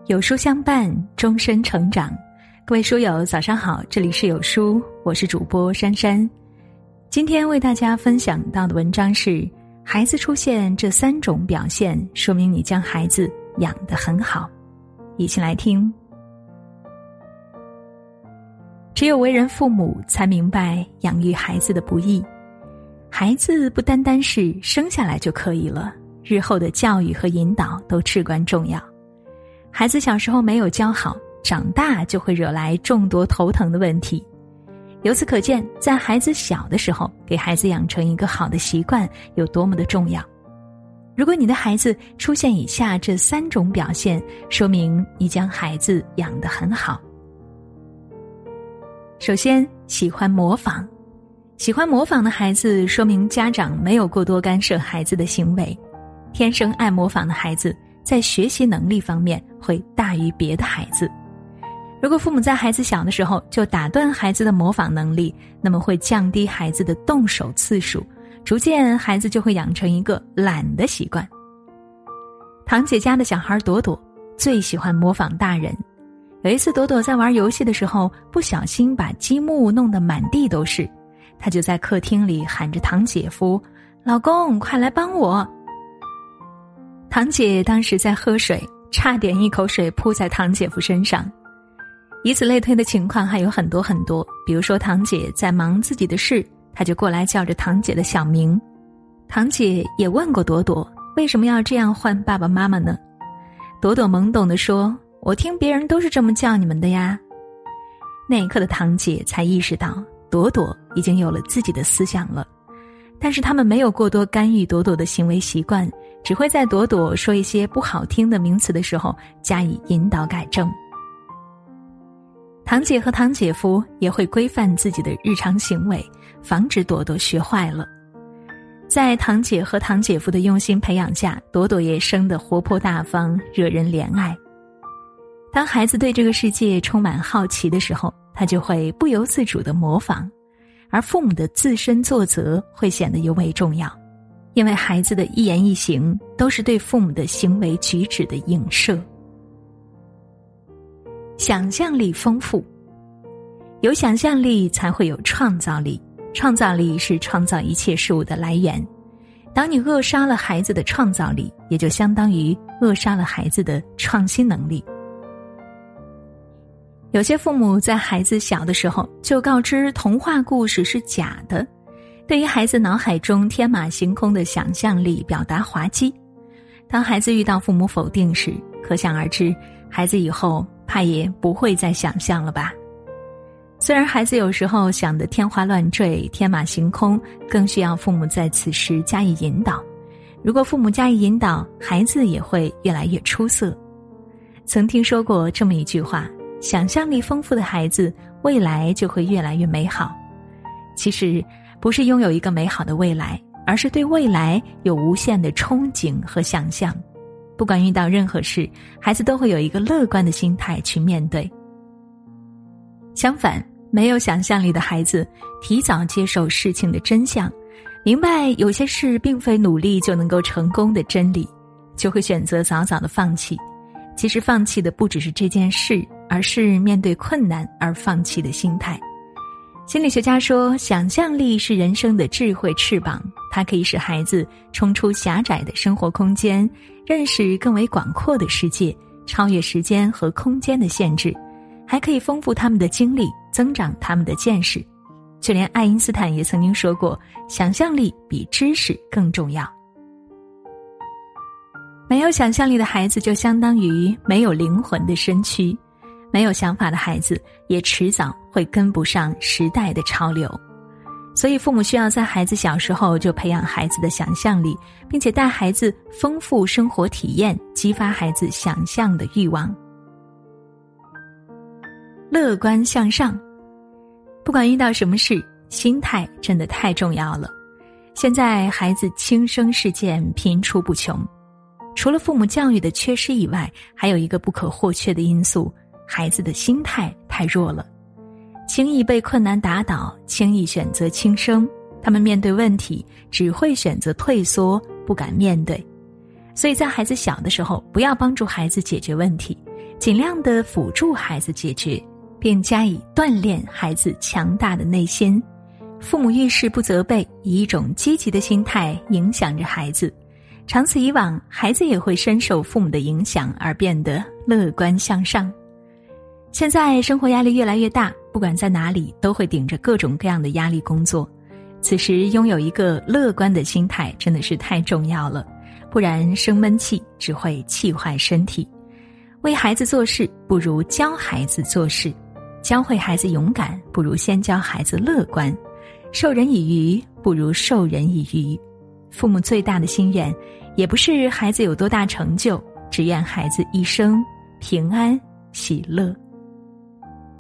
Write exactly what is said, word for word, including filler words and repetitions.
有书相伴，终身成长。各位书友早上好，这里是有书，我是主播珊珊。今天为大家分享到的文章是，孩子出现这三种表现，说明你将孩子养得很好。一起来听。只有为人父母才明白养育孩子的不易，孩子不单单是生下来就可以了，日后的教育和引导都至关重要。孩子小时候没有教好，长大就会惹来众多头疼的问题。由此可见，在孩子小的时候，给孩子养成一个好的习惯有多么的重要。如果你的孩子出现以下这三种表现，说明你将孩子养得很好。首先，喜欢模仿。喜欢模仿的孩子，说明家长没有过多干涉孩子的行为。天生爱模仿的孩子，在学习能力方面会大于别的孩子。如果父母在孩子小的时候就打断孩子的模仿能力，那么会降低孩子的动手次数，逐渐孩子就会养成一个懒的习惯。堂姐家的小孩朵朵最喜欢模仿大人。有一次朵朵在玩游戏的时候，不小心把积木弄得满地都是，她就在客厅里喊着堂姐夫，老公快来帮我。堂姐当时在喝水，差点一口水扑在堂姐夫身上。以此类推的情况还有很多很多，比如说堂姐在忙自己的事，她就过来叫着堂姐的小名。堂姐也问过朵朵，为什么要这样唤爸爸妈妈呢？朵朵懵懂地说，我听别人都是这么叫你们的呀。那一刻的堂姐才意识到，朵朵已经有了自己的思想了，但是他们没有过多干预朵朵的行为习惯，只会在朵朵说一些不好听的名词的时候加以引导改正。堂姐和堂姐夫也会规范自己的日常行为，防止朵朵学坏了。在堂姐和堂姐夫的用心培养下，朵朵也生得活泼大方，惹人怜爱。当孩子对这个世界充满好奇的时候，他就会不由自主地模仿，而父母的自身作则会显得尤为重要，因为孩子的一言一行都是对父母的行为举止的映射。想象力丰富。有想象力才会有创造力，创造力是创造一切事物的来源。当你扼杀了孩子的创造力，也就相当于扼杀了孩子的创新能力。有些父母在孩子小的时候就告知童话故事是假的，对于孩子脑海中天马行空的想象力表达滑稽。当孩子遇到父母否定时，可想而知，孩子以后怕也不会再想象了吧。虽然孩子有时候想得天花乱坠，天马行空，更需要父母在此时加以引导。如果父母加以引导，孩子也会越来越出色。曾听说过这么一句话，想象力丰富的孩子，未来就会越来越美好。其实，不是拥有一个美好的未来，而是对未来有无限的憧憬和想象。不管遇到任何事，孩子都会有一个乐观的心态去面对。相反，没有想象力的孩子，提早接受事情的真相，明白有些事并非努力就能够成功的真理，就会选择早早的放弃。其实放弃的不只是这件事，而是面对困难而放弃的心态。心理学家说，想象力是人生的智慧翅膀，它可以使孩子冲出狭窄的生活空间，认识更为广阔的世界，超越时间和空间的限制，还可以丰富他们的经历，增长他们的见识。就连爱因斯坦也曾经说过，想象力比知识更重要。没有想象力的孩子就相当于没有灵魂的身躯，没有想法的孩子也迟早会跟不上时代的潮流。所以父母需要在孩子小时候就培养孩子的想象力，并且带孩子丰富生活体验，激发孩子想象的欲望。乐观向上。不管遇到什么事，心态真的太重要了。现在孩子轻生事件频出不穷，除了父母教育的缺失以外，还有一个不可或缺的因素，孩子的心态太弱了。轻易被困难打倒，轻易选择轻生，他们面对问题只会选择退缩，不敢面对。所以在孩子小的时候，不要帮助孩子解决问题， 尽量的辅助孩子解决，并加以锻炼孩子强大的内心。父母遇事不责备，以一种积极的心态影响着孩子，长此以往，孩子也会深受父母的影响而变得乐观向上。现在生活压力越来越大，不管在哪里都会顶着各种各样的压力工作，此时拥有一个乐观的心态真的是太重要了，不然生闷气只会气坏身体。为孩子做事不如教孩子做事，教会孩子勇敢不如先教孩子乐观，授人以鱼不如授人以渔。父母最大的心愿也不是孩子有多大成就，只愿孩子一生平安喜乐。